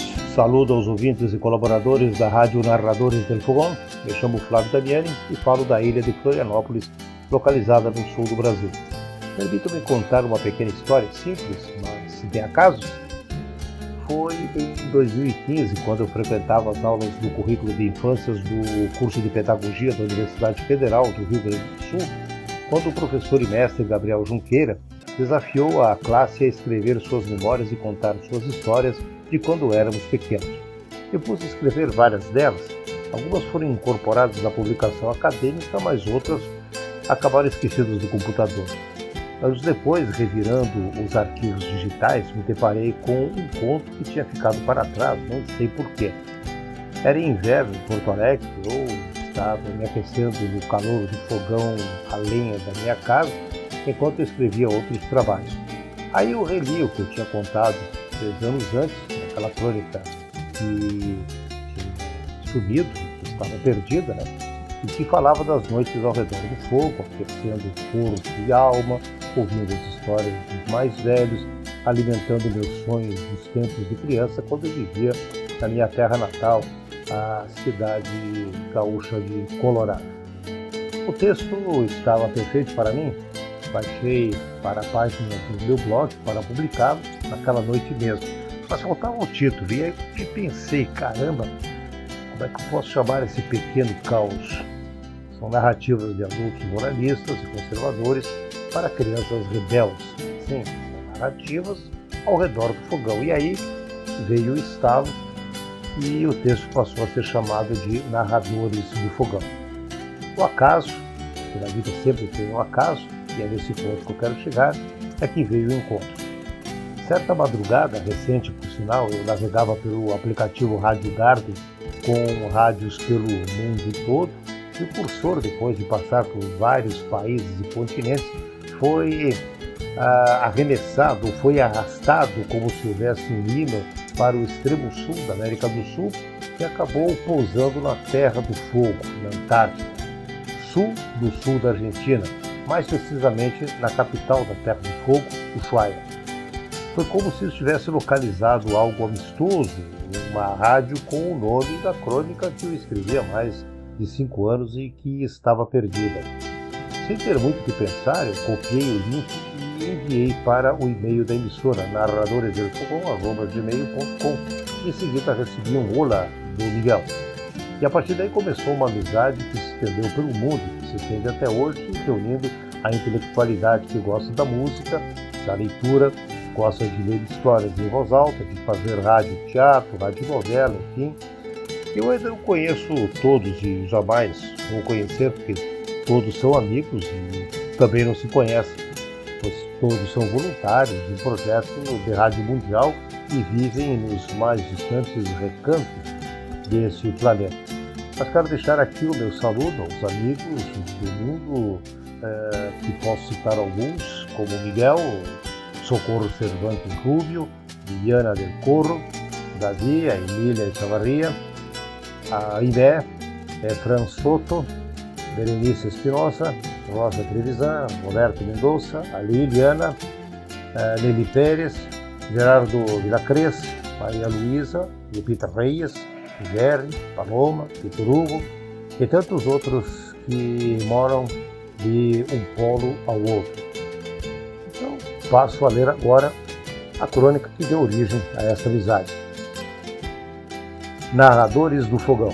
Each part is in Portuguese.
saludo aos ouvintes e colaboradores da Rádio Narradores del Fogão. Me chamo Flávio Damiani e falo da ilha de Florianópolis, localizada no sul do Brasil. Permito-me contar uma pequena história simples, mas se tem acaso. Foi em 2015, quando eu frequentava as aulas do currículo de infâncias do curso de Pedagogia da Universidade Federal do Rio Grande do Sul, quando o professor e mestre Gabriel Junqueira desafiou a classe a escrever suas memórias e contar suas histórias de quando éramos pequenos. Eu pus escrever várias delas. Algumas foram incorporadas na publicação acadêmica, mas outras acabaram esquecidas do computador. Anos depois, revirando os arquivos digitais, me deparei com um conto que tinha ficado para trás, não sei porquê. Era inverno em Porto Alegre, eu estava me aquecendo no calor do fogão a lenha da minha casa, enquanto eu escrevia outros trabalhos. Aí eu reli o que eu tinha contado 3 anos antes, naquela crônica que tinha sumido, que estava perdida, e que falava das noites ao redor do fogo, aquecendo corpo e alma, ouvindo as histórias dos mais velhos, alimentando meus sonhos dos tempos de criança, quando eu vivia na minha terra natal, a cidade gaúcha de Colorado. O texto estava perfeito para mim. Baixei para a página do meu blog para publicá-lo naquela noite mesmo. Mas faltava o título e aí eu pensei, caramba, como é que eu posso chamar esse pequeno caos? São narrativas de adultos moralistas e conservadores para crianças rebeldes. Sim, são narrativas ao redor do fogão. E aí veio o estalo e o texto passou a ser chamado de Narradores do Fogão. O acaso, que na vida sempre tem um acaso, e é nesse ponto que eu quero chegar, é que veio o encontro. Certa madrugada, recente por sinal, eu navegava pelo aplicativo Rádio Garden com rádios pelo mundo todo, e o cursor, depois de passar por vários países e continentes, foi arremessado, foi arrastado como se houvesse um imã para o extremo sul da América do Sul e acabou pousando na Terra do Fogo, na Antártida, sul da Argentina, mais precisamente na capital da Terra do Fogo, Ushuaia. Foi como se estivesse localizado algo amistoso em uma rádio com o nome da crônica que eu escrevi há mais de 5 anos e que estava perdida. Sem ter muito o que pensar, eu copiei o link e enviei para o e-mail da emissora, narradoresdelfogão@gmail.com. Em seguida recebi um olá do Miguel. E a partir daí começou uma amizade que se estendeu pelo mundo, que se estende até hoje, reunindo a intelectualidade que gosta da música, da leitura, gosta de ler histórias em voz alta, de fazer rádio-teatro, radionovela, enfim. Eu ainda não conheço todos e jamais vou conhecer, porque todos são amigos e também não se conhecem, pois todos são voluntários de um projeto de rádio mundial e vivem nos mais distantes recantos desse planeta. Mas quero deixar aqui o meu saludo aos amigos do mundo, que posso citar alguns, como Miguel, Socorro Cervantes Rubio, Viviana del Corro, Davi, a Emília Chavarria, a Iné, Fran Soto, Berenice Espinosa, Rosa Trevisan, Roberto Mendonça, a Liliana, Nelly Pérez, Gerardo Vilacres, Maria Luísa, Lupita Reis, Jerry, Paloma, Vitor Hugo e tantos outros que moram de um polo ao outro. Então, passo a ler agora a crônica que deu origem a essa amizade. Narradores do Fogão.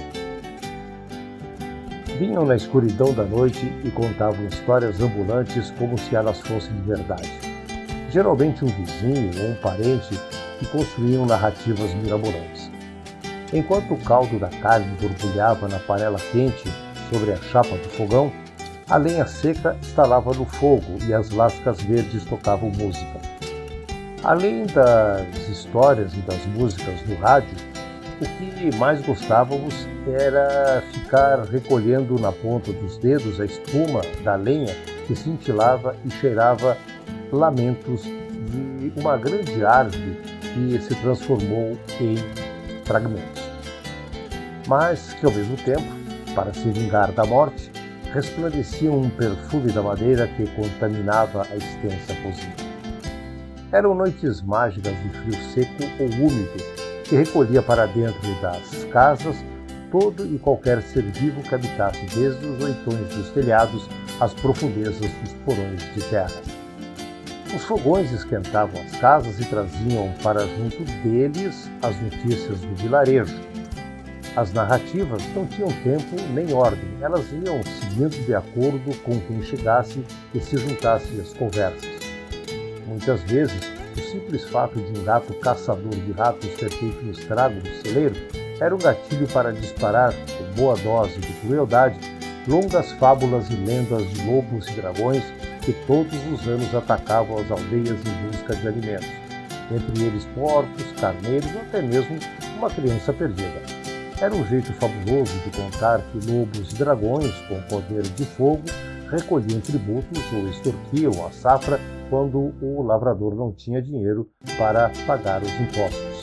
Vinham na escuridão da noite e contavam histórias ambulantes como se elas fossem de verdade. Geralmente um vizinho ou um parente que construíam narrativas mirabolantes. Enquanto o caldo da carne borbulhava na panela quente sobre a chapa do fogão, a lenha seca estalava no fogo e as lascas verdes tocavam música. Além das histórias e das músicas do rádio, o que mais gostávamos era ficar recolhendo na ponta dos dedos a espuma da lenha que cintilava e cheirava lamentos de uma grande árvore que se transformou em fragmentos, mas que ao mesmo tempo, para se vingar da morte, resplandecia um perfume da madeira que contaminava a extensa cozinha. Eram noites mágicas de frio seco ou úmido, que recolhia para dentro das casas todo e qualquer ser vivo que habitasse desde os oitões dos telhados às profundezas dos porões de terra. Os fogões esquentavam as casas e traziam para junto deles as notícias do vilarejo. As narrativas não tinham tempo nem ordem, elas iam seguindo de acordo com quem chegasse e se juntasse às conversas. Muitas vezes, o simples fato de um gato caçador de ratos ter feito um estrago no celeiro era um gatilho para disparar, com boa dose de crueldade, longas fábulas e lendas de lobos e dragões que todos os anos atacavam as aldeias em busca de alimentos, entre eles porcos, carneiros ou até mesmo uma criança perdida. Era um jeito fabuloso de contar que lobos e dragões, com poder de fogo, recolhiam tributos ou extorquiam a safra quando o lavrador não tinha dinheiro para pagar os impostos.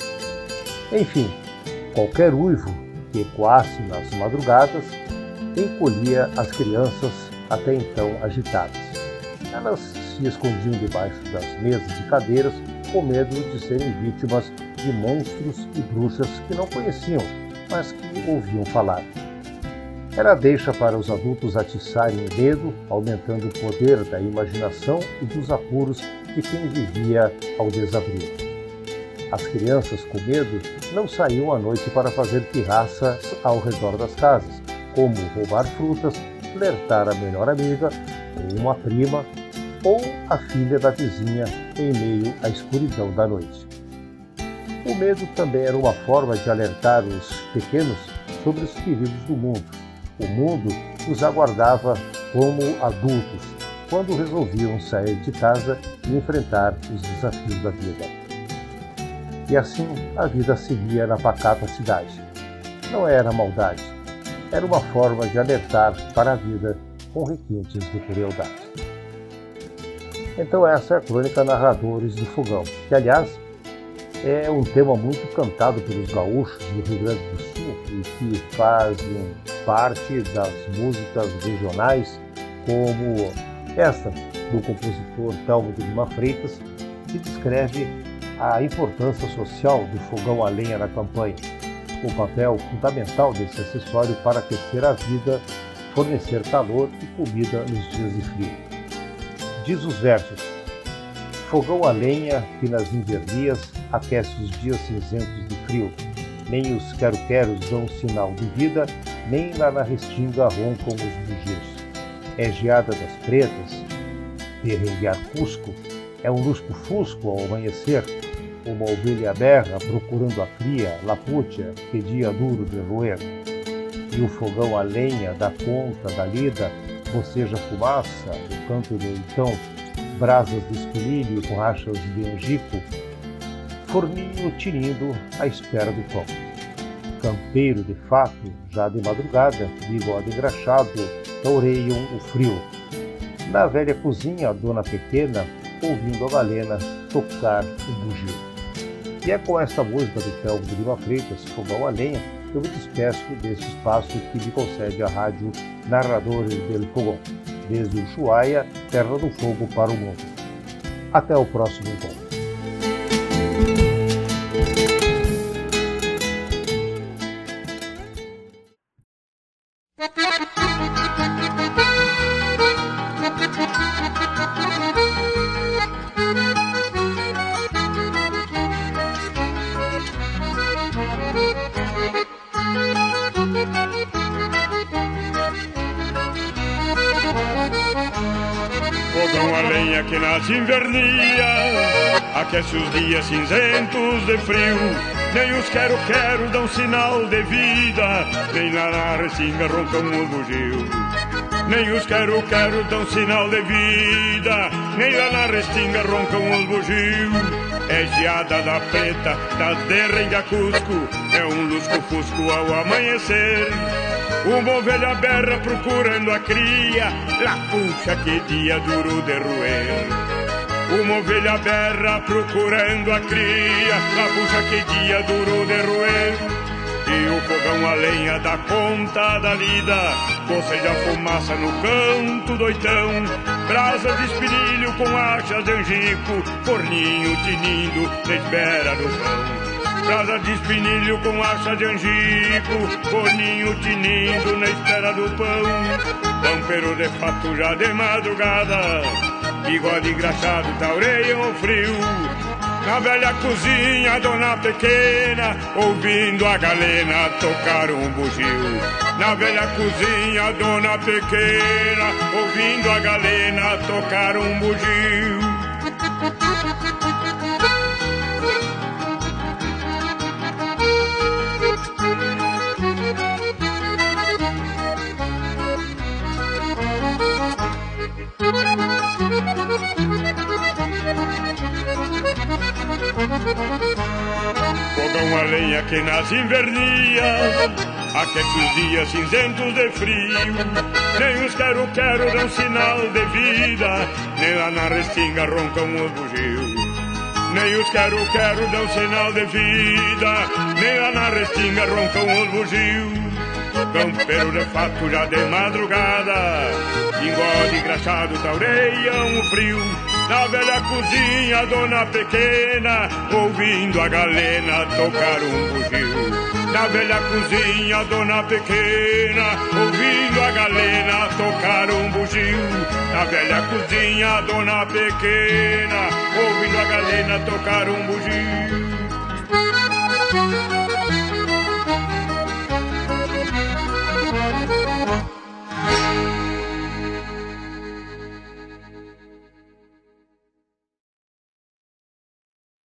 Enfim, qualquer uivo que ecoasse nas madrugadas encolhia as crianças até então agitadas. Elas se escondiam debaixo das mesas e cadeiras com medo de serem vítimas de monstros e bruxas que não conheciam, mas que ouviam falar. Era deixa para os adultos atiçarem o medo, aumentando o poder da imaginação e dos apuros de quem vivia ao desabrigo. As crianças, com medo, não saíam à noite para fazer pirraças ao redor das casas, como roubar frutas, flertar a melhor amiga, ou uma prima, ou a filha da vizinha em meio à escuridão da noite. O medo também era uma forma de alertar os pequenos sobre os perigos do mundo. O mundo os aguardava como adultos, quando resolviam sair de casa e enfrentar os desafios da vida. E assim a vida seguia na pacata cidade. Não era maldade, era uma forma de alertar para a vida com requintes de crueldade. Então essa é a crônica Narradores do Fogão, que aliás é um tema muito cantado pelos gaúchos do Rio Grande do Sul e que fazem parte das músicas regionais, como esta do compositor Telmo de Lima Freitas, que descreve a importância social do fogão a lenha na campanha, o papel fundamental desse acessório para aquecer a vida, fornecer calor e comida nos dias de frio. Diz os versos: fogão a lenha que nas invernias aquece os dias cinzentos de frio, nem os quero-queros dão sinal de vida, nem lá na restinga roncam os bugios. É geada das pretas, perrenguear cusco, é um lusco-fusco ao amanhecer, uma ovelha berra procurando a cria, lapútia, que dia duro de roer. E o fogão a lenha dá conta da lida, boceja fumaça, no canto do então, brasas de espinilho com rachas de angico, forninho tinindo à espera do pão. Campeiro de fato, já de madrugada, bigode engraxado, toureiam o frio. Na velha cozinha, a dona pequena, ouvindo a galena tocar o bugio. E é com esta música do Telmo de Lima Freitas, Fogão a Lenha, que eu me despeço desse espaço que me concede a rádio Narradores del Fogão, desde Ushuaia, terra do fogo para o mundo. Até o próximo encontro. Fogão a lenha que nas invernias aquece os dias cinzentos de frio. Nem os quero-quero dão sinal de vida, nem lá na restinga roncam os bugios. Nem os quero-quero dão sinal de vida, nem lá na restinga roncam os bugios. É geada da preta, da derrenga cusco, é um lusco-fusco ao amanhecer. Uma ovelha berra procurando a cria, lá puxa que dia duro de roer. Uma ovelha berra procurando a cria, lá puxa que dia duro de roer. E o fogão a lenha dá conta da lida, boceja fumaça no canto doitão, brasas de espinilho com achas de angico, forninho tinindo na espera do pão. brasa de espinilho com aça de angico, forninho tinindo na espera do pão, pampeiro de fato já de madrugada, bigode engraxado taureiam o frio. Na velha cozinha, dona pequena, ouvindo a galena tocar um bugio. Na velha cozinha, dona pequena, ouvindo a galena tocar um bugio. Fogão a lenha que nas invernias aquece os dias cinzentos de frio. Nem os quero-quero dão sinal de vida, nem lá na restinga roncam os bugios. Nem os quero-quero dão sinal de vida, nem lá na restinga roncam os bugios. Campeiro de fato já de madrugada, bigode engraxado taureiam o frio. Na velha cozinha, dona pequena, ouvindo a galena tocar um bugio. Na velha cozinha, dona pequena, ouvindo a galena tocar um bugio. Na velha cozinha, dona pequena, ouvindo a galena tocar um bugio.